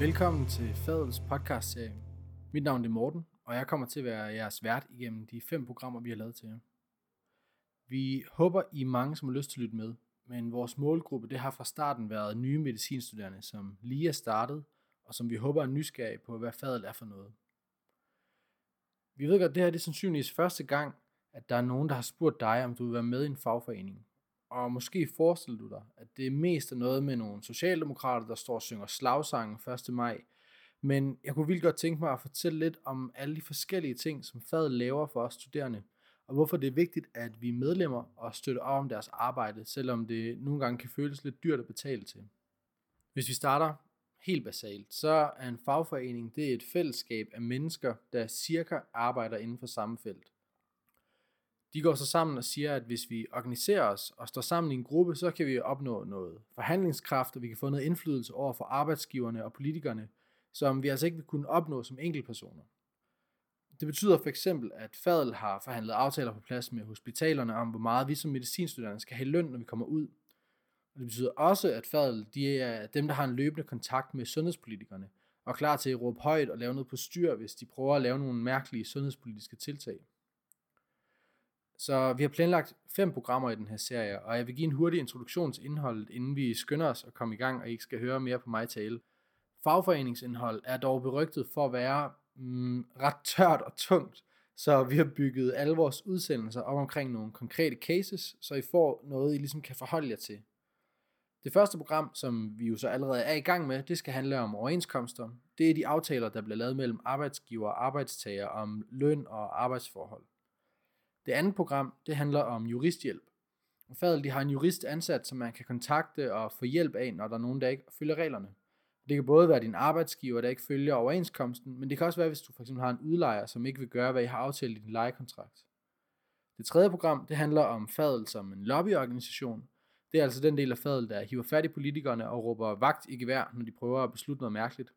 Velkommen til Fadels podcastserie. Mit navn er Morten, og jeg kommer til at være jeres vært igennem de 5 programmer, vi har lavet til jer. Vi håber, I er mange, som har lyst til at lytte med, men vores målgruppe det har fra starten været nye medicinstuderende, som lige er startet, og som vi håber er nysgerrige på, hvad Fadel er for noget. Vi ved godt, at det her det er sandsynligvis første gang, at der er nogen, der har spurgt dig, om du vil være med i en fagforening. Og måske forestiller du dig, at det er mest af noget med nogle socialdemokrater, der står og synger slagsangen 1. maj. Men jeg kunne vildt godt tænke mig at fortælle lidt om alle de forskellige ting, som Fadel laver for os studerende, og hvorfor det er vigtigt, at vi er medlemmer og støtter op om deres arbejde, selvom det nogle gange kan føles lidt dyrt at betale til. Hvis vi starter helt basalt, så er en fagforening det er et fællesskab af mennesker, der cirka arbejder inden for samme felt. De går så sammen og siger, at hvis vi organiserer os og står sammen i en gruppe, så kan vi opnå noget forhandlingskraft, og vi kan få noget indflydelse over for arbejdsgiverne og politikerne, som vi altså ikke vil kunne opnå som enkeltpersoner. Det betyder for eksempel, at Fadel har forhandlet aftaler på plads med hospitalerne om, hvor meget vi som medicinstuderende skal have løn, når vi kommer ud. Og det betyder også, at Fadel de er dem, der har en løbende kontakt med sundhedspolitikerne, og er klar til at råbe højt og lave noget på styr, hvis de prøver at lave nogle mærkelige sundhedspolitiske tiltag. Så vi har planlagt 5 programmer i den her serie, og jeg vil give en hurtig introduktion til indholdet, inden vi skynder os at komme i gang, og I ikke skal høre mere på mig tale. Fagforeningsindhold er dog berygtet for at være ret tørt og tungt, så vi har bygget alle vores udsendelser op omkring nogle konkrete cases, så I får noget, I ligesom kan forholde jer til. Det første program, som vi jo så allerede er i gang med, det skal handle om overenskomster. Det er de aftaler, der bliver lavet mellem arbejdsgiver og arbejdstager om løn og arbejdsforhold. Det andet program, det handler om juristhjælp. Fadel de har en jurist ansat, som man kan kontakte og få hjælp af, når der er nogen, der ikke følger reglerne. Det kan både være din arbejdsgiver, der ikke følger overenskomsten, men det kan også være, hvis du for eksempel har en udlejer, som ikke vil gøre, hvad I har aftalt i din lejekontrakt. Det tredje program, det handler om Fadel som en lobbyorganisation. Det er altså den del af Fadel, der hiver fat i politikerne og råber vagt i gevær, når de prøver at beslutte noget mærkeligt.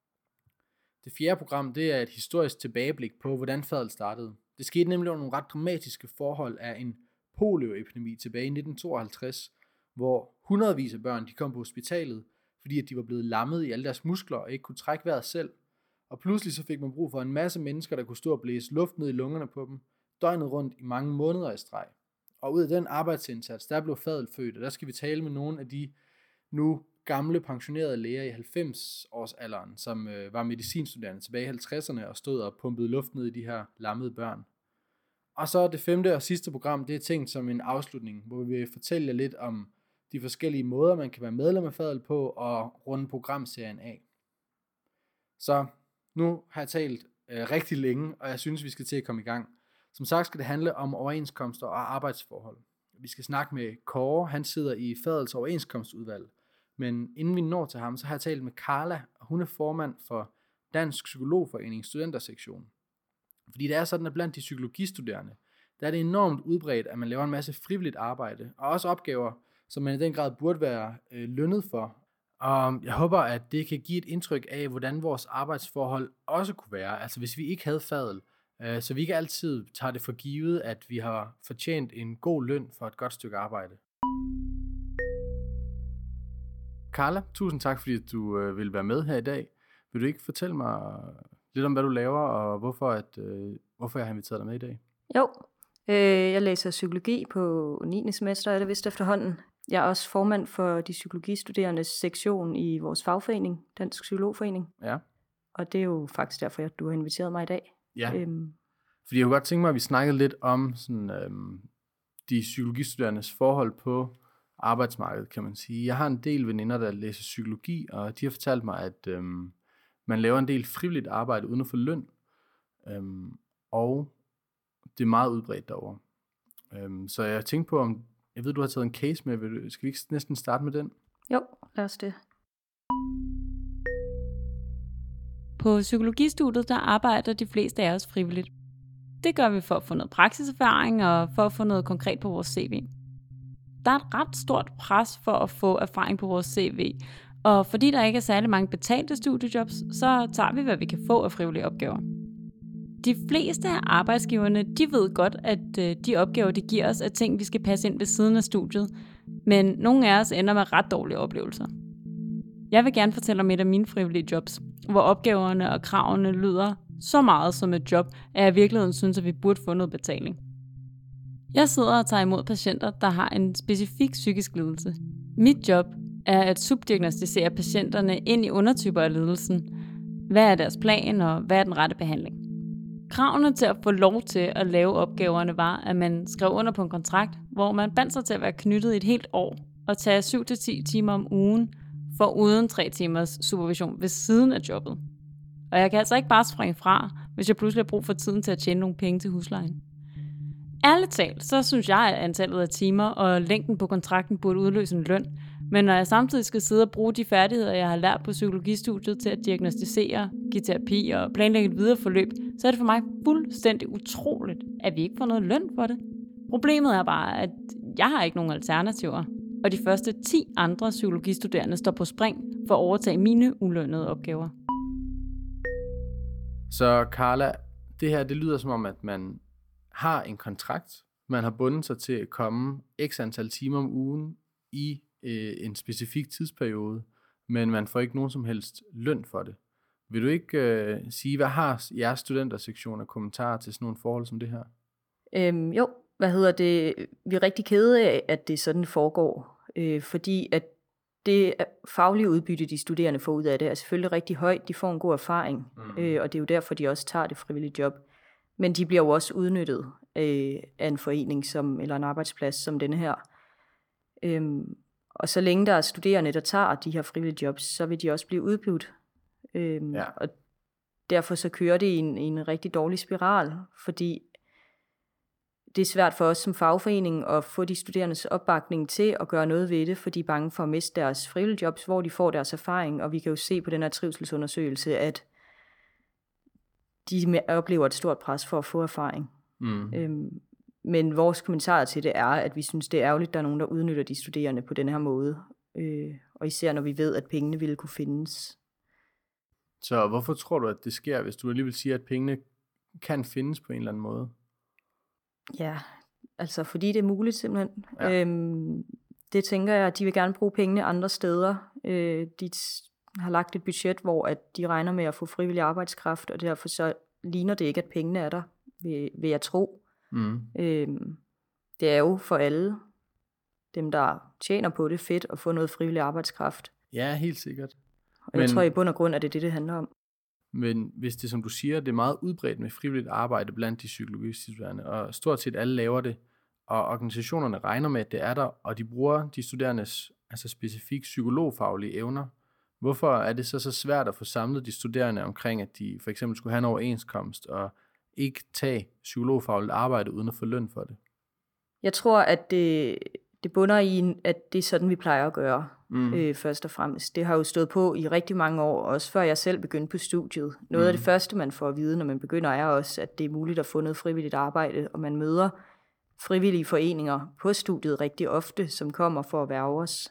Det fjerde program, det er et historisk tilbageblik på, hvordan Fadel startede. Det skete nemlig under nogle ret dramatiske forhold af en polioepidemi tilbage i 1952, hvor hundredvis af børn de kom på hospitalet, fordi at de var blevet lammet i alle deres muskler og ikke kunne trække vejret selv. Og pludselig så fik man brug for en masse mennesker, der kunne stå og blæse luft ned i lungerne på dem, døgnet rundt i mange måneder i streg. Og ud af den arbejdsindsats, der blev Fadel født, og der skal vi tale med nogle af de nu gamle pensionerede læger i 90-årsalderen, som var medicinstuderende tilbage i 50'erne og stod og pumpede luft ned i de her lammede børn. Og så det 5. og sidste program, det er tænkt som en afslutning, hvor vi vil fortælle jer lidt om de forskellige måder, man kan være medlem af Fadel på og runde programserien af. Så nu har jeg talt rigtig længe, og jeg synes, vi skal til at komme i gang. Som sagt skal det handle om overenskomster og arbejdsforhold. Vi skal snakke med Kåre, han sidder i Fadels overenskomstudvalg. Men inden vi når til ham, så har jeg talt med Carla, og hun er formand for Dansk Psykologforening Studentersektion. Fordi det er sådan, at blandt de psykologistuderende, der er det enormt udbredt, at man laver en masse frivilligt arbejde, og også opgaver, som man i den grad burde være lønnet for. Og jeg håber, at det kan give et indtryk af, hvordan vores arbejdsforhold også kunne være, altså hvis vi ikke havde Fadel, så vi ikke altid tager det for givet, at vi har fortjent en god løn for et godt stykke arbejde. Carla, tusind tak, fordi du vil være med her i dag. Vil du ikke fortælle mig lidt om, hvad du laver, og hvorfor jeg har inviteret dig med i dag? Jo, jeg læser psykologi på 9. semester, er det vist efterhånden. Jeg er også formand for de psykologistuderendes sektion i vores fagforening, Dansk Psykologforening. Ja. Og det er jo faktisk derfor, at du har inviteret mig i dag. Ja, fordi jeg kunne godt tænke mig, at vi snakkede lidt om sådan, de psykologistuderendes forhold på arbejdsmarkedet, kan man sige. Jeg har en del veninder, der læser psykologi, og de har fortalt mig, at man laver en del frivilligt arbejde uden at få løn, og det er meget udbredt derovre. Så jeg tænkte på, om jeg ved, du har taget en case med. Skal vi ikke næsten starte med den? Jo, lad os det. På psykologistudiet, der arbejder de fleste af os frivilligt. Det gør vi for at få noget praksiserfaring og for at få noget konkret på vores CV. Der er et ret stort pres for at få erfaring på vores CV, og fordi der ikke er særlig mange betalte studiejobs, så tager vi, hvad vi kan få af frivillige opgaver. De fleste af arbejdsgiverne, de ved godt, at de opgaver, de giver os, er ting, vi skal passe ind ved siden af studiet, men nogle af os ender med ret dårlige oplevelser. Jeg vil gerne fortælle om et af mine frivillige jobs, hvor opgaverne og kravene lyder så meget som et job, at jeg i virkeligheden synes, at vi burde få noget betaling. Jeg sidder og tager imod patienter, der har en specifik psykisk lidelse. Mit job er at subdiagnostisere patienterne ind i undertyper af lidelsen. Hvad er deres plan, og hvad er den rette behandling? Kravene til at få lov til at lave opgaverne var, at man skrev under på en kontrakt, hvor man bandt sig til at være knyttet i et helt år og tage 7-10 timer om ugen for uden 3 timers supervision ved siden af jobbet. Og jeg kan altså ikke bare springe fra, hvis jeg pludselig har brug for tiden til at tjene nogle penge til huslejen. Ærligt talt, så synes jeg, at antallet af timer og længden på kontrakten burde udløse en løn. Men når jeg samtidig skal sidde og bruge de færdigheder, jeg har lært på psykologistudiet til at diagnostisere, give terapi og planlægge et videre forløb, så er det for mig fuldstændig utroligt, at vi ikke får noget løn for det. Problemet er bare, at jeg har ikke nogen alternativer, og de første 10 andre psykologistuderende står på spring for at overtage mine ulønnede opgaver. Så Carla, det her, det lyder som om, at man har en kontrakt. Man har bundet sig til at komme x antal timer om ugen i en specifik tidsperiode, men man får ikke nogen som helst løn for det. Vil du ikke sige, hvad har jeres studentersektion af kommentarer til sådan nogle forhold som det her? Jo, vi er rigtig kede af, at det sådan foregår, fordi at det faglige udbytte, de studerende får ud af det, er selvfølgelig rigtig højt. De får en god erfaring, og det er jo derfor, de også tager det frivillige job. Men de bliver jo også udnyttet af en forening eller en arbejdsplads som denne her. Og så længe der er studerende, der tager de her frivillige jobs, så vil de også blive udbudt. Og derfor så kører det i en rigtig dårlig spiral, fordi det er svært for os som fagforening at få de studerendes opbakning til at gøre noget ved det, for de er bange for at miste deres frivillige jobs, hvor de får deres erfaring. Og vi kan jo se på den her trivselsundersøgelse, at de oplever et stort pres for at få erfaring. Men vores kommentarer til det er, at vi synes, det er ærgerligt, at der er nogen, der udnytter de studerende på den her måde. Og især når vi ved, at pengene ville kunne findes. Så hvorfor tror du, at det sker, hvis du alligevel siger, at pengene kan findes på en eller anden måde? Ja, altså fordi det er muligt simpelthen. Ja. Det tænker jeg, at de vil gerne bruge pengene andre steder. De har lagt et budget, hvor at de regner med at få frivillig arbejdskraft, og derfor så ligner det ikke, at pengene er der, vil jeg tro. Det er jo for alle dem, der tjener på det, fedt at få noget frivillig arbejdskraft. Ja, helt sikkert. Og jeg tror i bund og grund, at det er det handler om. Men hvis det, som du siger, det er meget udbredt med frivilligt arbejde blandt de psykologistuderende, og stort set alle laver det, og organisationerne regner med, at det er der, og de bruger de studerendes specifikt psykologfaglige evner. Hvorfor er det så svært at få samlet de studerende omkring, at de for eksempel skulle have en overenskomst, og ikke tage psykologfagligt arbejde uden at få løn for det? Jeg tror, at det bunder i, at det er sådan, vi plejer at gøre, først og fremmest. Det har jo stået på i rigtig mange år, også før jeg selv begyndte på studiet. Noget af det første, man får at vide, når man begynder, er også, at det er muligt at få noget frivilligt arbejde, og man møder frivillige foreninger på studiet rigtig ofte, som kommer for at værge os.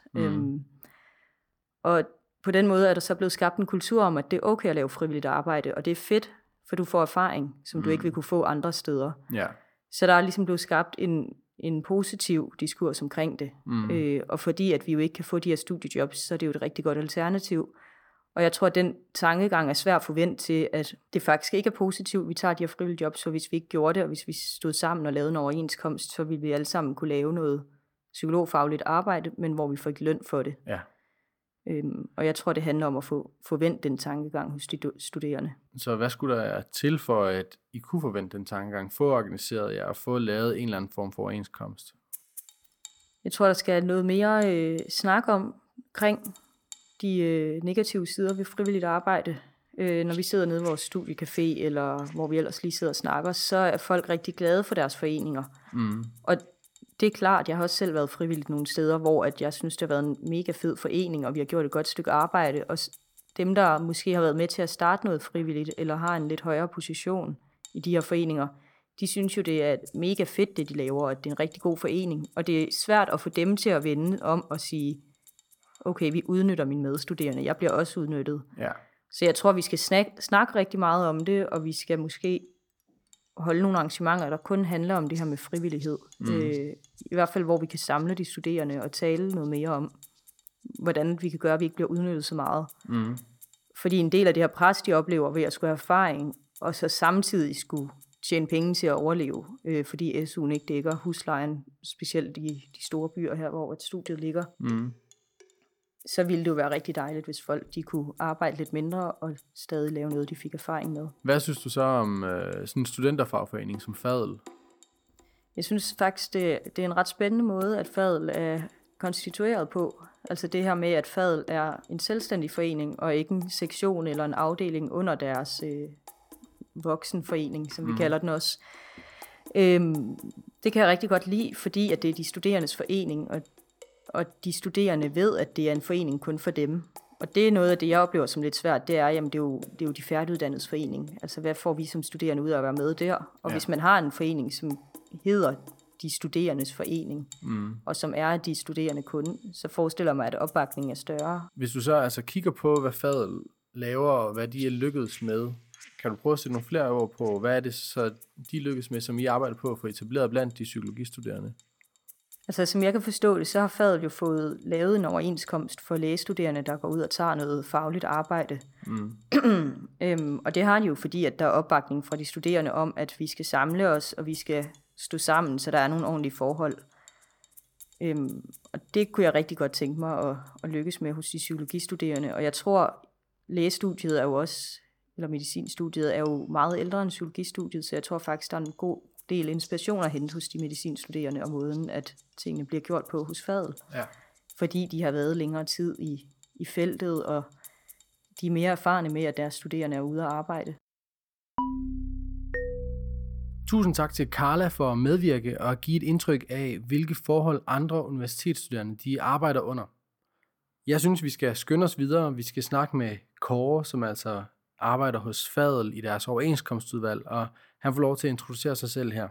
Og på den måde er der så blevet skabt en kultur om, at det er okay at lave frivilligt arbejde, og det er fedt, for du får erfaring, som du ikke vil kunne få andre steder. Ja. Så der er ligesom blevet skabt en positiv diskurs omkring det. Og fordi at vi jo ikke kan få de her studiejobs, så er det jo et rigtig godt alternativ. Og jeg tror, at den tankegang er svær at forvente til, at det faktisk ikke er positivt. Vi tager de her frivillige jobs, så hvis vi ikke gjorde det, og hvis vi stod sammen og lavede en overenskomst, så ville vi alle sammen kunne lave noget psykologfagligt arbejde, men hvor vi fik løn for det. Ja. Og jeg tror, det handler om at få vendt den tankegang hos de studerende. Så hvad skulle der til for, at I kunne forvente den tankegang, få organiseret jer og få lavet en eller anden form for overenskomst? Jeg tror, der skal noget mere snak omkring de negative sider ved frivilligt arbejde. Når vi sidder nede i vores studiecafé, eller hvor vi ellers lige sidder og snakker, så er folk rigtig glade for deres foreninger. Og det er klart, jeg har også selv været frivilligt nogle steder, hvor at jeg synes, det har været en mega fed forening, og vi har gjort et godt stykke arbejde. Og dem, der måske har været med til at starte noget frivilligt, eller har en lidt højere position i de her foreninger, de synes jo, det er mega fedt, det de laver, og at det er en rigtig god forening. Og det er svært at få dem til at vende om og sige, okay, vi udnytter mine medstuderende, jeg bliver også udnyttet. Ja. Så jeg tror, vi skal snakke rigtig meget om det, og vi skal måske holde nogle arrangementer, der kun handler om det her med frivillighed. I hvert fald, hvor vi kan samle de studerende og tale noget mere om, hvordan vi kan gøre, at vi ikke bliver udnyttet så meget. Fordi en del af det her pres, de oplever ved at skulle have erfaring, og så samtidig skulle tjene penge til at overleve, fordi SU'en ikke dækker huslejen, specielt i de store byer her, hvor et studiet ligger. Så ville det jo være rigtig dejligt, hvis folk de kunne arbejde lidt mindre og stadig lave noget, de fik erfaring med. Hvad synes du så om sådan en studenterfagforening som Fadel? Jeg synes faktisk, det er en ret spændende måde, at Fadel er konstitueret på. Altså det her med, at Fadel er en selvstændig forening, og ikke en sektion eller en afdeling under deres voksenforening, som vi kalder den også. Det kan jeg rigtig godt lide, fordi at det er de studerendes forening, og de studerende ved, at det er en forening kun for dem. Og det er noget af det, jeg oplever som lidt svært, det er, jamen det er jo de færdiguddannedes forening. Altså hvad får vi som studerende ud af at være med der? Og hvis man har en forening, som hedder de studerendes forening, og som er de studerende kun, så forestiller mig, at opbakningen er større. Hvis du så altså kigger på, hvad Fadel laver, og hvad de er lykkedes med, kan du prøve at sætte nogle flere ord på, hvad er det så, de lykkes med, som I arbejder på at få etableret blandt de psykologistuderende? Altså, som jeg kan forstå det, så har Fadel jo fået lavet en overenskomst for lægestuderende, der går ud og tager noget fagligt arbejde. Og det har de jo, fordi at der er opbakning fra de studerende om, at vi skal samle os, og vi skal stå sammen, så der er nogle ordentlige forhold. Og det kunne jeg rigtig godt tænke mig at lykkes med hos de psykologistuderende. Og jeg tror, lægestudiet er jo også, eller medicinstudiet er jo meget ældre end psykologistudiet, så jeg tror faktisk, der er en god del inspiration at hente hos de medicinstuderende og måden, at tingene bliver gjort på hos Fadel. Ja. Fordi de har været længere tid i feltet, og de er mere erfarne med, at deres studerende er ude at arbejde. Tusind tak til Carla for at medvirke og give et indtryk af, hvilke forhold andre universitetsstuderende de arbejder under. Jeg synes, vi skal skynde os videre. Vi skal snakke med Kåre, som altså arbejder hos Fadel i deres overenskomstudvalg, og han får lov til at introducere sig selv her.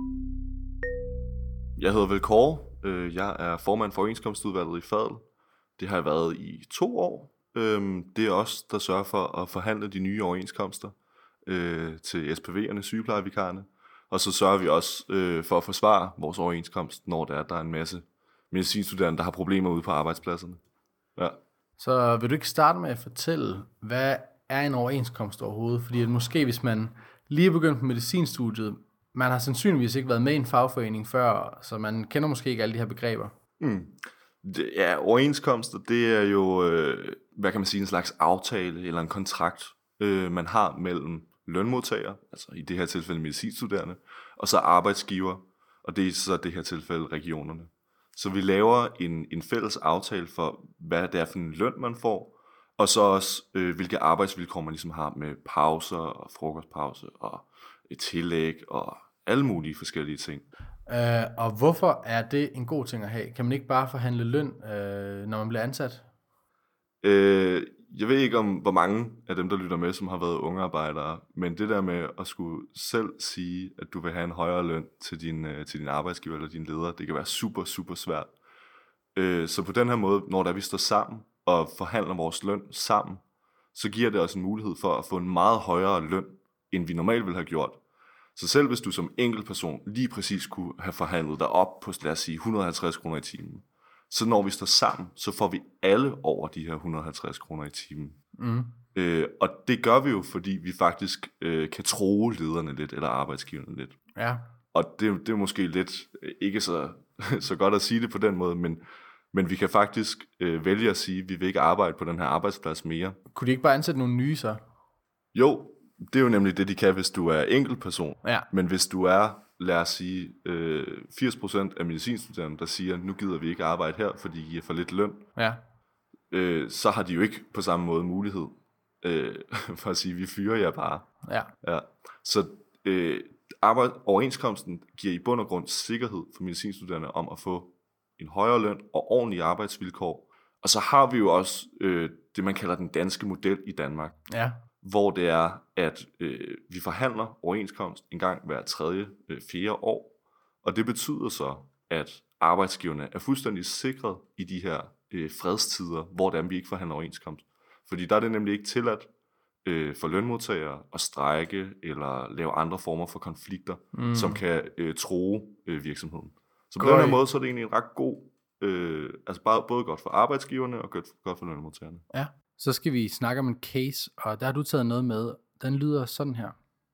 Jeg hedder vel Kåre. Jeg er formand for overenskomstudvalget i Fadel. Det har jeg været i 2 år. Det er os, der sørger for at forhandle de nye overenskomster til SPV'erne, sygeplejevikarerne. Og så sørger vi også for at forsvare vores overenskomst, når der er en masse medicinstuderende, der har problemer ude på arbejdspladserne. Ja. Så vil du ikke starte med at fortælle, hvad er en overenskomst overhovedet? Fordi at måske hvis man lige er begyndt på medicinstudiet, man har sandsynligvis ikke været med i en fagforening før, så man kender måske ikke alle de her begreber. Overenskomster, det er jo, hvad kan man sige, en slags aftale eller en kontrakt, man har mellem lønmodtagere, altså i det her tilfælde medicinstuderende, og så arbejdsgiver, og det er så det her tilfælde regionerne. Så vi laver en fælles aftale for, hvad det er for en løn, man får, og så også, hvilke arbejdsvilkår man ligesom har med pauser og frokostpause og et tillæg og alle mulige forskellige ting. Og hvorfor er det en god ting at have? Kan man ikke bare forhandle løn, når man bliver ansat? Jeg ved ikke om, hvor mange af dem, der lytter med, som har været ungearbejdere, men det der med at skulle selv sige, at du vil have en højere løn til din arbejdsgiver eller din leder, det kan være super, super svært. Så på den her måde, når der vi står sammen og forhandler vores løn sammen, så giver det os en mulighed for at få en meget højere løn, end vi normalt ville have gjort. Så selv hvis du som enkeltperson lige præcis kunne have forhandlet dig op på, lad os sige, 150 kroner i timen, så når vi står sammen, så får vi alle over de her 150 kroner i timen. Og det gør vi jo, fordi vi faktisk kan true lederne lidt, eller arbejdsgiverne lidt. Ja. Og det er måske lidt ikke så godt at sige det på den måde, men vi kan faktisk vælge at sige, at vi vil ikke arbejde på den her arbejdsplads mere. Kunne de ikke bare ansætte nogle nye så? Jo, det er jo nemlig det, de kan, hvis du er enkeltperson. Ja. Men hvis du er, lad os sige, 80% af medicinstuderende, der siger, nu gider vi ikke arbejde her, fordi I giver for lidt løn, Ja. Så har de jo ikke på samme måde mulighed for at sige, vi fyrer jer bare. Ja. Så overenskomsten giver i bund og grund sikkerhed for medicinstuderende om at få en højere løn og ordentlige arbejdsvilkår. Og så har vi jo også det, man kalder den danske model i Danmark. Ja. Hvor det er, at vi forhandler overenskomst en gang hver 3., 4. år. Og det betyder så, at arbejdsgiverne er fuldstændig sikret i de her fredstider, hvor vi ikke forhandler overenskomst. Fordi der er det nemlig ikke tilladt for lønmodtagere at strejke eller lave andre former for konflikter, som kan true virksomheden. Så på den her måde, så er det egentlig en ret god Altså både godt for arbejdsgiverne og godt for lønmodtagerne. Ja, så skal vi snakke om en case, og der har du taget noget med. Den lyder sådan her.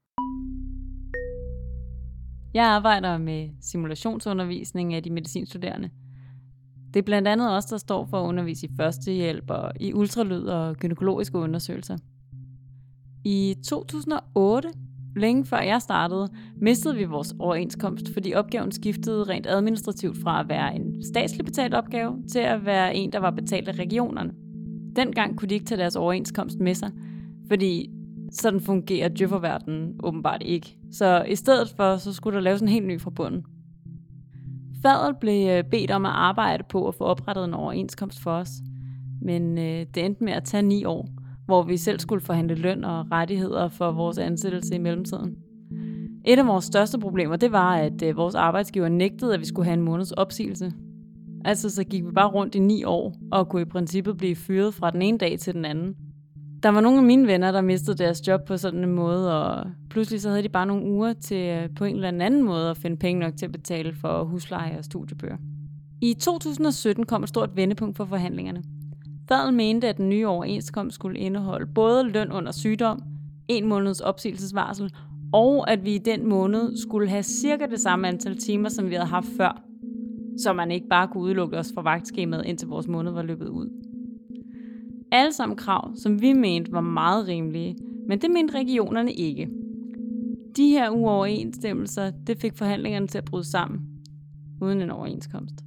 Jeg arbejder med simulationsundervisning af de medicinstuderende. Det er blandt andet os, der står for at undervise i førstehjælp og i ultralyd og gynækologiske undersøgelser. I 2008, længe før jeg startede, mistede vi vores overenskomst, fordi opgaven skiftede rent administrativt fra at være en statsligt betalt opgave til at være en, der var betalt af regionerne. Dengang kunne de ikke tage deres overenskomst med sig, fordi sådan fungerer djøfferverdenen åbenbart ikke. Så i stedet for, så skulle der laves en helt ny fra bunden. Fadel blev bedt om at arbejde på at få oprettet en overenskomst for os, men det endte med at tage 9 år, hvor vi selv skulle forhandle løn og rettigheder for vores ansættelse i mellemtiden. Et af vores største problemer, det var, at vores arbejdsgiver nægtede, at vi skulle have en måneds opsigelse. Altså så gik vi bare rundt i 9 år, og kunne i princippet blive fyret fra den ene dag til den anden. Der var nogle af mine venner, der mistede deres job på sådan en måde, og pludselig så havde de bare nogle uger til på en eller anden måde at finde penge nok til at betale for husleje og studiebøger. I 2017 kom et stort vendepunkt for forhandlingerne. Fadel mente, at den nye overenskomst skulle indeholde både løn under sygdom, 1 måneds opsigelsesvarsel, og at vi i den måned skulle have cirka det samme antal timer, som vi havde haft før, så man ikke bare kunne udelukke os fra vagtskemaet, indtil vores måned var løbet ud. Alle sammen krav, som vi mente var meget rimelige, men det mente regionerne ikke. De her uoverensstemmelser, det fik forhandlingerne til at bryde sammen, uden en overenskomst.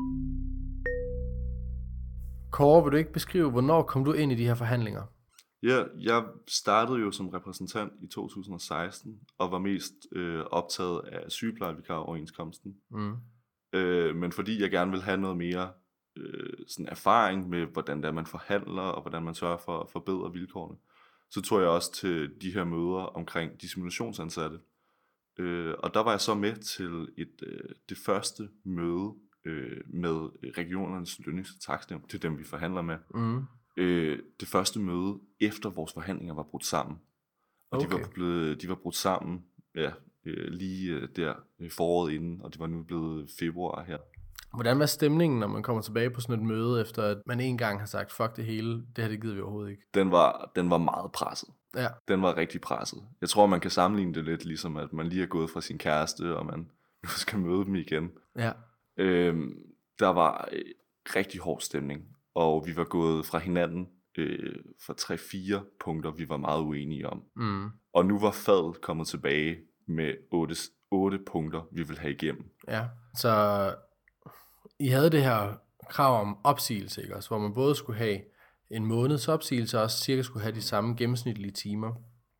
Kåre, vil du ikke beskrive, hvornår kom du ind i de her forhandlinger? Ja, jeg startede jo som repræsentant i 2016, og var mest optaget af sygeplejevikar-overenskomsten. Men fordi jeg gerne vil have noget mere sådan erfaring med, hvordan det er, man forhandler, og hvordan man sørger for at forbedre vilkårene, så tog jeg også til de her møder omkring de simulationsansatte. Og der var jeg så med til det første møde med regionernes lønnings- og takstnævn, det er dem, vi forhandler med. Det første møde, efter vores forhandlinger var brudt sammen. Og okay. de var brudt sammen lige der foråret inden, og det var nu blevet februar her. Hvordan var stemningen, når man kommer tilbage på sådan et møde, efter at man en gang har sagt, fuck det hele, det her det gider vi overhovedet ikke? Den var meget presset. Ja. Den var rigtig presset. Jeg tror, man kan sammenligne det lidt, ligesom at man lige er gået fra sin kæreste, og man nu skal møde dem igen. Ja. Der var rigtig hård stemning, og vi var gået fra hinanden for 3-4 punkter, vi var meget uenige om. Og nu var Fadel kommet tilbage med 8 punkter, vi ville have igennem. Ja, så I havde det her krav om opsigelse, ikke også? Hvor man både skulle have en måneds opsigelse, og også cirka skulle have de samme gennemsnitlige timer.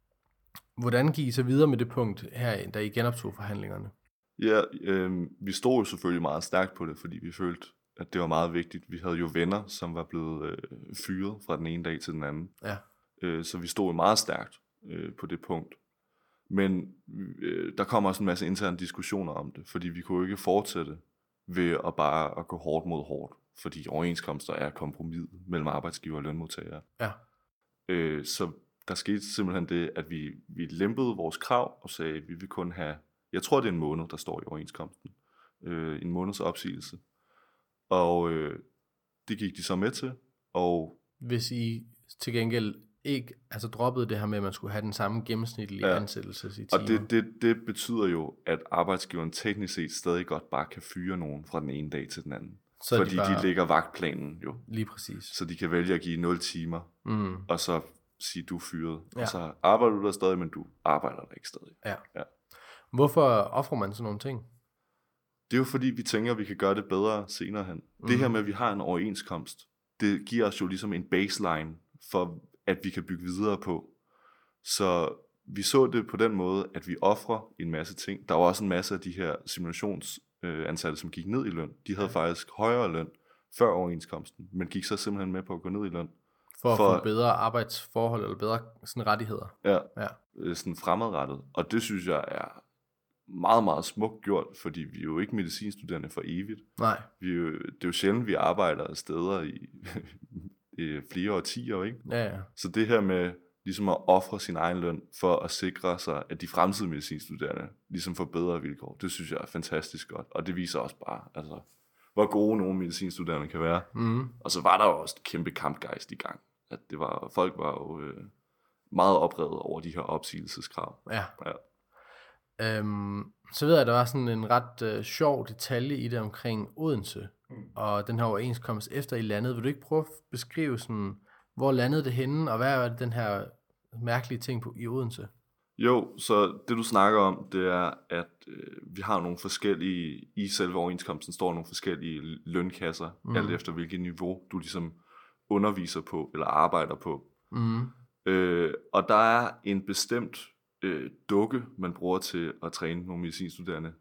Hvordan gik I så videre med det punkt her, da I genoptog forhandlingerne? Ja, vi stod jo selvfølgelig meget stærkt på det, fordi vi følte, at det var meget vigtigt. Vi havde jo venner, som var blevet fyret fra den ene dag til den anden. Ja. Så vi stod jo meget stærkt på det punkt. Men der kom også en masse interne diskussioner om det, fordi vi kunne ikke fortsætte ved at bare at gå hårdt mod hårdt, fordi overenskomster er kompromis mellem arbejdsgiver og lønmodtagere. Ja. Så der skete simpelthen det, at vi lempede vores krav og sagde, at vi vil kun have, jeg tror det er en måned, der står i overenskomsten, en måneds opsigelse. Og det gik de så med til. Og hvis I til gengæld ikke droppede det her med, at man skulle have den samme gennemsnitlige ansættelse i timer. Og det betyder jo, at arbejdsgiveren teknisk set stadig godt bare kan fyre nogen fra den ene dag til den anden. Så fordi de lægger vagtplanen jo. Lige præcis. Så de kan vælge at give 0 timer, og så sige, du er fyret. Ja. Og så arbejder du der stadig, men du arbejder der ikke stadig. Ja. Hvorfor offrer man sådan nogle ting? Det er jo fordi, vi tænker, at vi kan gøre det bedre senere hen. Det her med, at vi har en overenskomst, det giver os jo ligesom en baseline for, at vi kan bygge videre på. Så vi så det på den måde, at vi offrer en masse ting. Der var også en masse af de her simulationsansatte, som gik ned i løn. De havde faktisk højere løn før overenskomsten, men gik så simpelthen med på at gå ned i løn. For at få bedre arbejdsforhold, eller bedre sådan rettigheder. Ja, sådan fremadrettet. Og det synes jeg er meget, meget smukt gjort, fordi vi er jo ikke medicinstuderende for evigt. Nej. Det er jo sjældent, vi arbejder steder i flere årtier, ikke? Ja. Så det her med ligesom at ofre sin egen løn for at sikre sig, at de fremtidige medicinstuderende ligesom får bedre vilkår, det synes jeg er fantastisk godt. Og det viser også bare, hvor gode nogle medicinstuderende kan være. Og så var der jo også et kæmpe kampgejst i gang. At folk var jo meget oprevet over de her opsigelseskrav. Ja. Så ved jeg, at der var sådan en ret sjov detalje i det omkring Odense, og den her overenskomst efter I landede. Vil du ikke prøve at beskrive sådan, hvor landede det henne, og hvad er den her mærkelige ting i Odense? Jo, så det du snakker om, det er, at vi har nogle forskellige, i selve overenskomsten står nogle forskellige lønkasser, alt efter hvilket niveau du ligesom underviser på, eller arbejder på. Og der er en bestemt dukke, man bruger til at træne nogle medicinstuderende.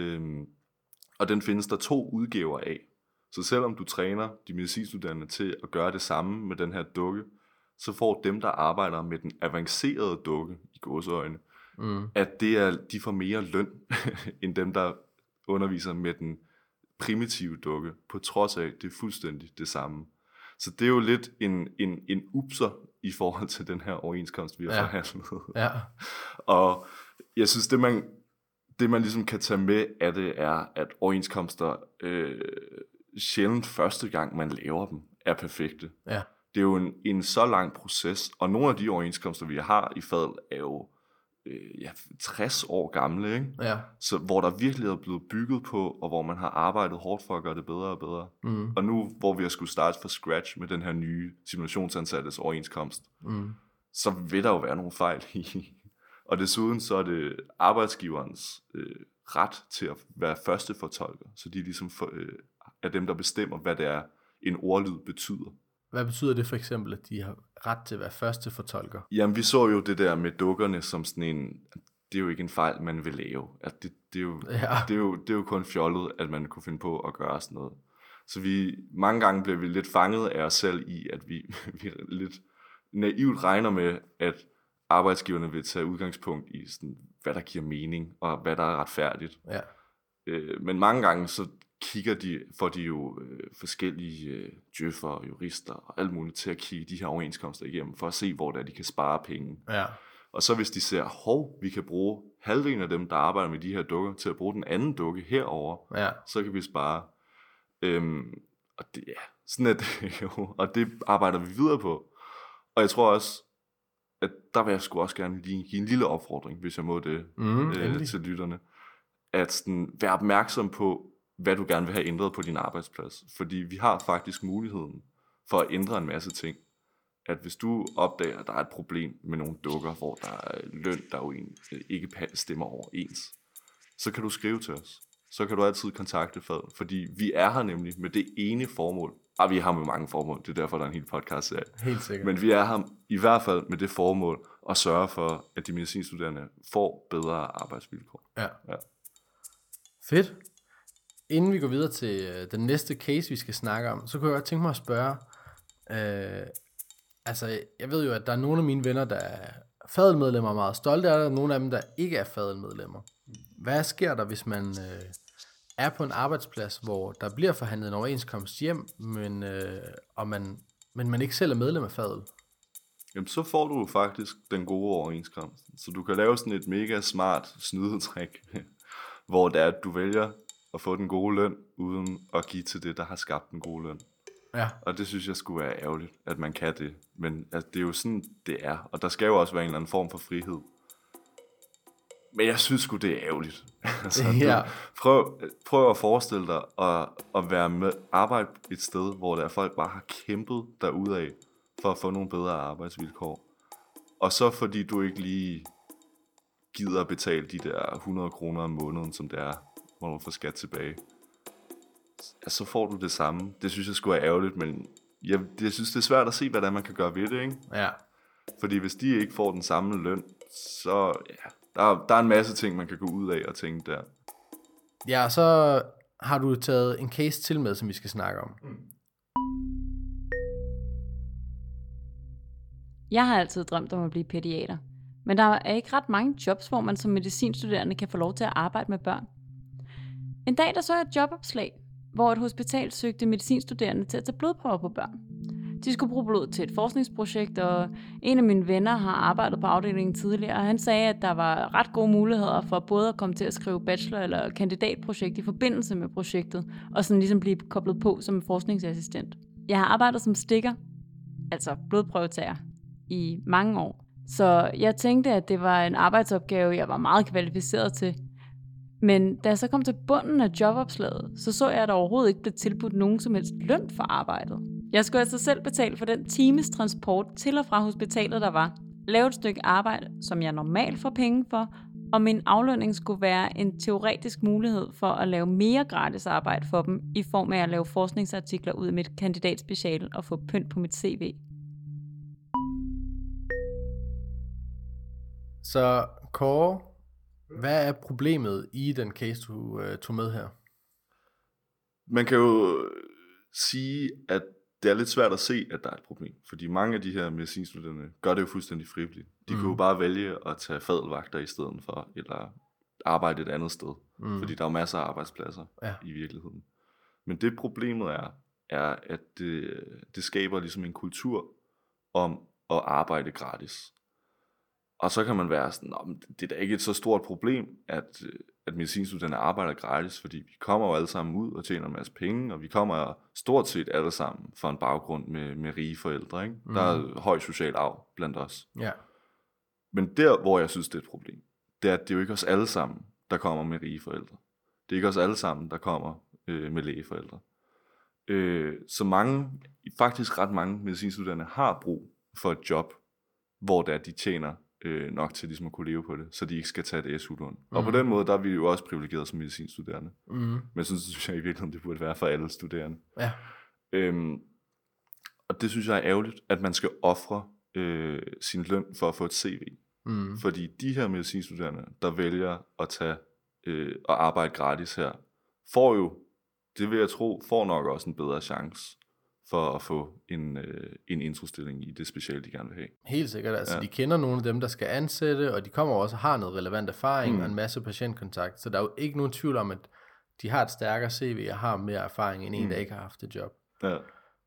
Og den findes der 2 udgaver af. Så selvom du træner de medicinstuderende til at gøre det samme med den her dukke, så får dem, der arbejder med den avancerede dukke, i gåseøjne, at de får mere løn, end dem, der underviser med den primitive dukke, på trods af, at det er fuldstændig det samme. Så det er jo lidt en upser i forhold til den her overenskomst, vi har forhandlet. Ja. Og jeg synes, det man ligesom kan tage med af det, er, at overenskomster sjældent første gang, man laver dem, er perfekte. Ja. Det er jo en så lang proces, og nogle af de overenskomster, vi har i faget, er jo 60 år gamle, ikke? Ja. Så hvor der virkelig er blevet bygget på, og hvor man har arbejdet hårdt for at gøre det bedre og bedre. Og nu, hvor vi har skulle starte fra scratch med den her nye simulationsansattes overenskomst, så vil der jo være nogle fejl i. Og desuden så er det arbejdsgiverens ret til at være første fortolker, så de ligesom er dem, der bestemmer, hvad det er, en ordlyd betyder. Hvad betyder det for eksempel, at de har ret til at være første fortolker? Jamen, vi så jo det der med dukkerne som sådan en... Det er jo ikke en fejl, man vil lave. At det er jo kun fjollet, at man kunne finde på at gøre sådan noget. Så mange gange bliver vi lidt fanget af os selv i, at vi lidt naivt regner med, at arbejdsgiverne vil tage udgangspunkt i, sådan, hvad der giver mening, og hvad der er retfærdigt. Ja. Men mange gange så får de jo forskellige djøffer og jurister og alt muligt til at kigge de her overenskomster igennem, for at se, hvor det er, de kan spare penge. Ja. Og så hvis de ser, vi kan bruge halvdelen af dem, der arbejder med de her dukker, til at bruge den anden dukke herover, så kan vi spare. Og det, sådan er det jo, og det arbejder vi videre på. Og jeg tror også, at der vil jeg sgu også gerne lige give en lille opfordring, hvis jeg må det, til lytterne, at sådan, være opmærksom på, hvad du gerne vil have ændret på din arbejdsplads. Fordi vi har faktisk muligheden for at ændre en masse ting. At hvis du opdager, at der er et problem med nogle dukker, hvor der er løn, der jo ikke stemmer overens, så kan du skrive til os. Så kan du altid kontakte faget, fordi vi er her nemlig med det ene formål. Vi har med mange formål, det er derfor, der er en hel podcast serie. Helt sikkert. Men vi er her i hvert fald med det formål at sørge for, at de medicinstuderende får bedre arbejdsvilkår. Ja. Fedt. Inden vi går videre til den næste case, vi skal snakke om, så kunne jeg godt tænke mig at spørge, jeg ved jo, at der er nogle af mine venner, der er fadelmedlemmer og meget stolte af det, og nogle af dem, der ikke er fadelmedlemmer. Hvad sker der, hvis man er på en arbejdsplads, hvor der bliver forhandlet en overenskomst hjem, men man ikke selv er medlem af fadel? Jamen, så får du faktisk den gode overenskomst. Så du kan lave sådan et mega smart snydetræk, hvor det er, at du vælger at få den gode løn, uden at give til det, der har skabt den gode løn. Ja. Og det synes jeg skulle være ærgerligt, at man kan det. Men altså, det er jo sådan, det er. Og der skal jo også være en eller anden form for frihed. Men jeg synes sgu, det er ærgerligt. Altså, prøv at forestille dig at være med, arbejde et sted, hvor der er folk bare har kæmpet derudad for at få nogle bedre arbejdsvilkår. Og så fordi du ikke lige gider at betale de der 100 kroner om måneden, som det er, hvor du får skat tilbage, så får du det samme. Det synes jeg skulle være ærgerligt, men jeg synes, det er svært at se, hvad der man kan gøre ved det, ikke? Ja. Fordi hvis de ikke får den samme løn, så der er en masse ting, man kan gå ud af og tænke der. Ja, så har du taget en case til med, som vi skal snakke om. Jeg har altid drømt om at blive pædiater, men der er ikke ret mange jobs, hvor man som medicinstuderende kan få lov til at arbejde med børn. En dag der så jeg et jobopslag, hvor et hospital søgte medicinstuderende til at tage blodprøver på børn. De skulle bruge blod til et forskningsprojekt, og en af mine venner har arbejdet på afdelingen tidligere, og han sagde, at der var ret gode muligheder for både at komme til at skrive bachelor- eller kandidatprojekt i forbindelse med projektet, og sådan ligesom blive koblet på som forskningsassistent. Jeg har arbejdet som stikker, altså blodprøvetager, i mange år. Så jeg tænkte, at det var en arbejdsopgave, jeg var meget kvalificeret til. Men da jeg så kom til bunden af jobopslaget, så jeg, at der overhovedet ikke blev tilbudt nogen som helst løn for arbejdet. Jeg skulle altså selv betale for den times transport til og fra hospitalet, der var. Lave et stykke arbejde, som jeg normalt får penge for, og min aflønning skulle være en teoretisk mulighed for at lave mere gratis arbejde for dem, i form af at lave forskningsartikler ud af mit kandidatspeciale og få pynt på mit CV. Så Kåre, hvad er problemet i den case, du tog med her? Man kan jo sige, at det er lidt svært at se, at der er et problem. Fordi mange af de her medicinstuderende gør det jo fuldstændig frivilligt. De kunne jo bare vælge at tage fadelvagter i stedet for, eller arbejde et andet sted. Fordi der er jo masser af arbejdspladser i virkeligheden. Men det problemet er at det skaber ligesom en kultur om at arbejde gratis. Og så kan man være sådan, det er da ikke et så stort problem, at medicinstuderende arbejder gratis, fordi vi kommer jo alle sammen ud og tjener en masse penge, og vi kommer stort set alle sammen fra en baggrund med rige forældre. Ikke? Der er høj social arv blandt os. Ja. Men der, hvor jeg synes, det er et problem, det er, at det er jo ikke os alle sammen, der kommer med rige forældre. Det er ikke os alle sammen, der kommer med lægeforældre. Så faktisk ret mange medicinstuderende har brug for et job, hvor de tjener nok til ligesom at kunne leve på det, så de ikke skal tage et SU-lån. Og på den måde, der er vi jo også privilegeret som medicinstuderende. Men så synes jeg i virkeligheden, det burde være for alle studerende. Ja. Og det synes jeg er ærgerligt, at man skal ofre sin løn for at få et CV. Fordi de her medicinstuderende, der vælger at tage og arbejde gratis her, får jo, det vil jeg tro, får nok også en bedre chance for at få en introstilling i det speciale, de gerne vil have. Helt sikkert. Altså, de kender nogle af dem, der skal ansætte, og de kommer også og har noget relevant erfaring og en masse patientkontakt. Så der er jo ikke nogen tvivl om, at de har et stærkere CV og har mere erfaring end en, der ikke har haft et job. Ja.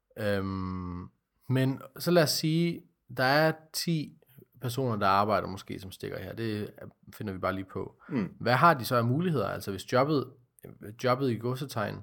Men så lad os sige, der er 10 personer, der arbejder måske som stikker her. Det finder vi bare lige på. Hvad har de så af muligheder? Altså hvis jobbet i godsetegn,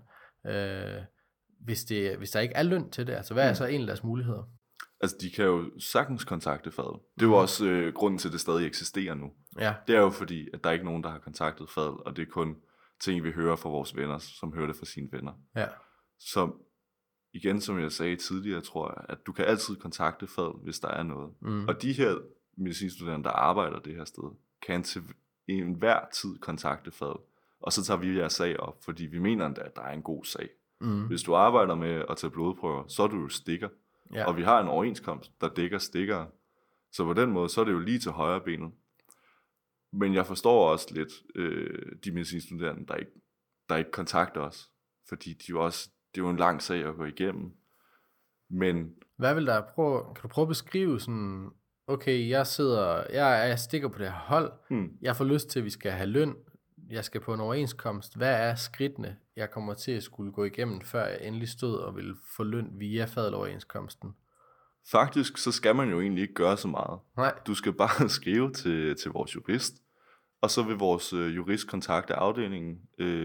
hvis der ikke er løn til det, altså hvad er så en af deres muligheder? Altså de kan jo sagtens kontakte Fadl. Det er jo også grunden til, at det stadig eksisterer nu. Ja. Det er jo fordi, at der er ikke nogen, der har kontaktet Fadl, og det er kun ting, vi hører fra vores venner, som hører det fra sine venner. Ja. Så igen, som jeg sagde tidligere, tror jeg, at du kan altid kontakte Fadl, hvis der er noget. Og de her medicinstuderende, der arbejder det her sted, kan til enhver tid kontakte Fadl. Og så tager vi jeres sag op, fordi vi mener, at der er en god sag. Hvis du arbejder med at tage blodprøver, så er du jo stikker. Ja. Og vi har en overenskomst, der dækker stikkere. Så på den måde, så er det jo lige til højre benet. Men jeg forstår også lidt de medicinstuderende, der ikke kontakter os. Fordi det er jo en lang sag at gå igennem. Men hvad vil der kan du prøve at beskrive sådan, okay, jeg stikker på det her hold, jeg får lyst til, at vi skal have løn, jeg skal på en overenskomst, hvad er skridtene, jeg kommer til at skulle gå igennem, før jeg endelig stod og ville få løn via fadeloverenskomsten? Faktisk, så skal man jo egentlig ikke gøre så meget. Nej. Du skal bare skrive til vores jurist, og så vil vores jurist kontakte afdelingen.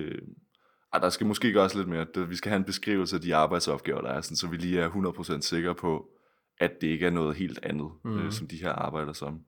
Der skal måske gøres lidt mere. Vi skal have en beskrivelse af de arbejdsopgaver, der er, sådan, så vi lige er 100% sikre på, at det ikke er noget helt andet, som de her arbejder som.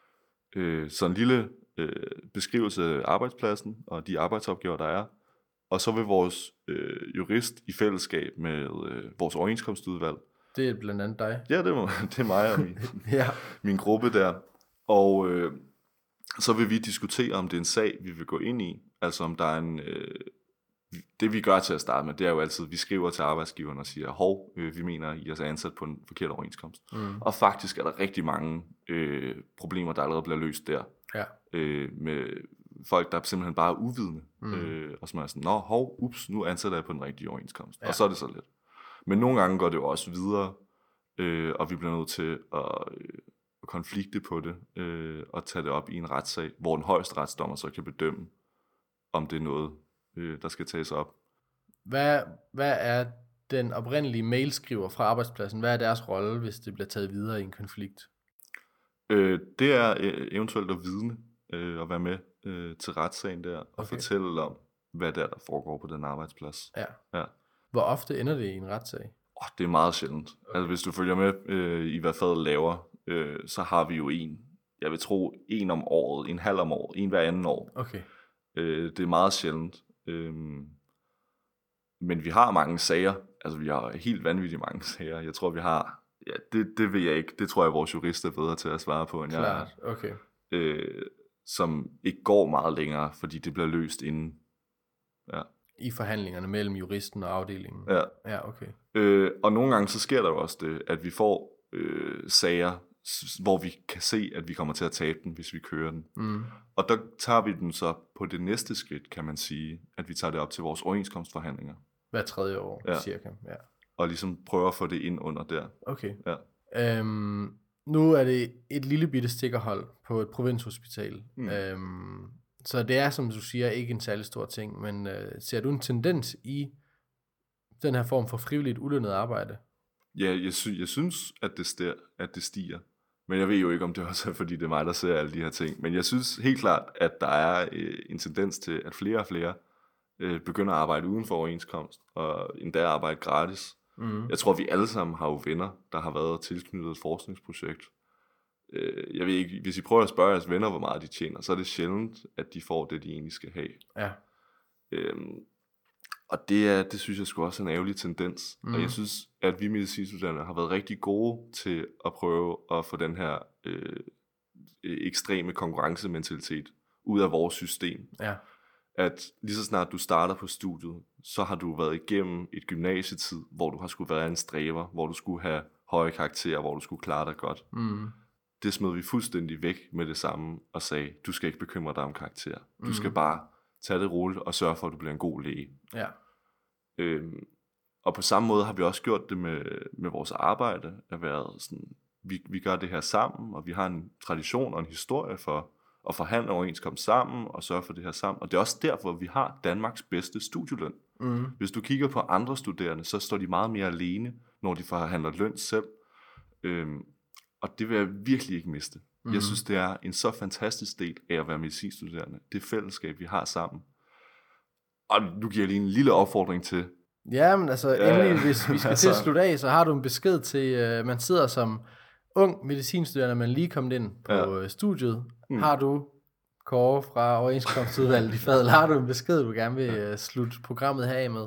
Så en lille beskrivelse af arbejdspladsen og de arbejdsopgaver, der er. Og så vil vores jurist i fællesskab med vores overenskomstudvalg. Det er blandt andet dig. Ja, det er mig og min gruppe der. Og så vil vi diskutere, om det er en sag, vi vil gå ind i. Altså om der er en... det vi gør til at starte med, det er jo altid, vi skriver til arbejdsgiveren og siger, vi mener, I er ansat på en forkert overenskomst. Og faktisk er der rigtig mange problemer, der allerede bliver løst der. Ja. Med folk, der simpelthen bare er uvidende. Og som er sådan, nu ansætter jeg på den rigtige overenskomst. Ja. Og så er det så lidt. Men nogle gange går det jo også videre, og vi bliver nødt til at konflikte på det, og tage det op i en retssag, hvor den højeste retsdommer så kan bedømme, om det er noget, der skal tages op. Hvad er den oprindelige mailskriver fra arbejdspladsen, hvad er deres rolle, hvis det bliver taget videre i en konflikt? Det er eventuelt at vidne og være med til retssagen der, og fortælle om, hvad der foregår på den arbejdsplads. Ja. Hvor ofte ender det i en retssag? Det er meget sjældent. Okay. Altså hvis du følger med i hvad fadet laver, så har vi jo jeg vil tro en om året, en halv om året, en hver anden år. Okay. Det er meget sjældent. Men vi har mange sager. Altså vi har helt vanvittigt mange sager. Jeg tror vi har, det ved jeg ikke. Det tror jeg vores jurister er bedre til at svare på end Klart. Okay. Som ikke går meget længere, fordi det bliver løst inden. Ja. I forhandlingerne mellem juristen og afdelingen? Ja, okay. Og nogle gange så sker der jo også det, at vi får sager, hvor vi kan se, at vi kommer til at tabe den, hvis vi kører den. Og der tager vi den så på det næste skridt, kan man sige, at vi tager det op til vores overenskomstforhandlinger. Hver 3. år, cirka. Ja. Og ligesom prøver at få det ind under der. Okay. Ja. Nu er det et lille bitte stikkerhold på et provinshospital. Så det er, som du siger, ikke en særlig stor ting, men ser du en tendens i den her form for frivilligt ulønnet arbejde? Ja, jeg synes, at det stiger. Men jeg ved jo ikke, om det også er, fordi det er mig, der ser alle de her ting. Men jeg synes helt klart, at der er en tendens til, at flere og flere begynder at arbejde uden for overenskomst, og endda arbejde gratis. Jeg tror, vi alle sammen har jo venner, der har været tilknyttet et forskningsprojekt. Jeg ved ikke, hvis I prøver at spørge jeres venner, hvor meget de tjener, så er det sjældent, at de får det, de egentlig skal have. Ja. Og det synes jeg sgu også er en ærgerlig tendens. Og jeg synes, at vi medicinstuderende har været rigtig gode til at prøve at få den her ekstreme konkurrencementalitet ud af vores system. Ja. At lige så snart du starter på studiet, så har du været igennem et gymnasietid, hvor du har skulle være en stræber, hvor du skulle have høje karakterer, hvor du skulle klare dig godt. Det smed vi fuldstændig væk med det samme og sagde, du skal ikke bekymre dig om karakterer. Du skal bare tage det roligt og sørge for, at du bliver en god læge. Ja. Og på samme måde har vi også gjort det med vores arbejde, at være sådan, vi gør det her sammen, og vi har en tradition og en historie for at forhandle overenskomst sammen og sørge for det her sammen. Og det er også derfor, vi har Danmarks bedste studieløn. Hvis du kigger på andre studerende, så står de meget mere alene, når de forhandler løn selv. Og det vil jeg virkelig ikke miste. Jeg synes, det er en så fantastisk del af at være medicinstuderende. Det fællesskab, vi har sammen. Og nu giver jeg lige en lille opfordring til. Ja, men altså endelig, hvis vi skal til at slutte af, så har du en besked til, man sidder som ung medicinstuderende, man lige kommet ind på studiet. Har du, Kåre fra overenskomstudvalget i Fadel, har du en besked, du gerne vil slutte programmet her af med?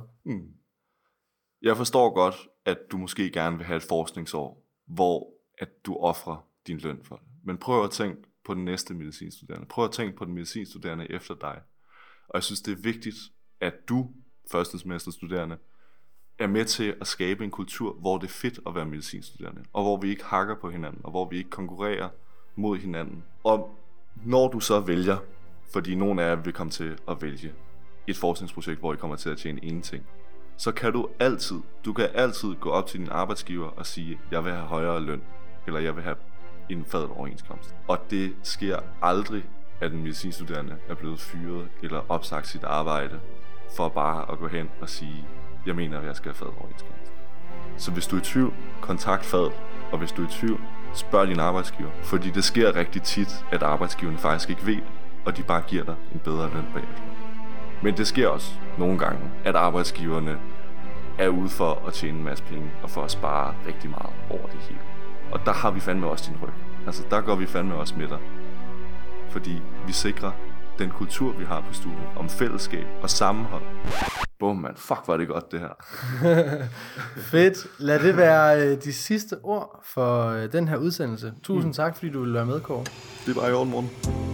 Jeg forstår godt, at du måske gerne vil have et forskningsår, hvor at du offrer din løn for det. Men prøv at tænke på den næste medicinstuderende. Prøv at tænke på den medicinstuderende efter dig. Og jeg synes, det er vigtigt, at du, førstesemesterstuderende, er med til at skabe en kultur, hvor det er fedt at være medicinstuderende, og hvor vi ikke hakker på hinanden, og hvor vi ikke konkurrerer mod hinanden. Og når du så vælger, fordi nogle af jer vil komme til at vælge et forskningsprojekt, hvor I kommer til at tjene ingenting, så kan du kan altid gå op til din arbejdsgiver og sige, jeg vil have højere løn, eller jeg vil have en fadel overenskomst. Og det sker aldrig, at en medicinstuderende er blevet fyret eller opsagt sit arbejde, for bare at gå hen og sige, jeg mener, at jeg skal have fadel overenskomst. Så hvis du er i tvivl, kontakt Fadel, og hvis du er i tvivl, spørg din arbejdsgiver. Fordi det sker rigtig tit, at arbejdsgiverne faktisk ikke ved, og de bare giver dig en bedre løn bagefter. Men det sker også nogle gange, at arbejdsgiverne er ude for at tjene en masse penge, og for at spare rigtig meget over det hele. Og der har vi fandme også din ryg. Altså der går vi fandme også med dig. Fordi vi sikrer den kultur, vi har på studiet, om fællesskab og sammenhold. Bum, man. Fuck, var det godt, det her. Fedt. Lad det være de sidste ord for den her udsendelse. Tusind tak, fordi du ville være med, Kåre. Det er bare i orden, morgen.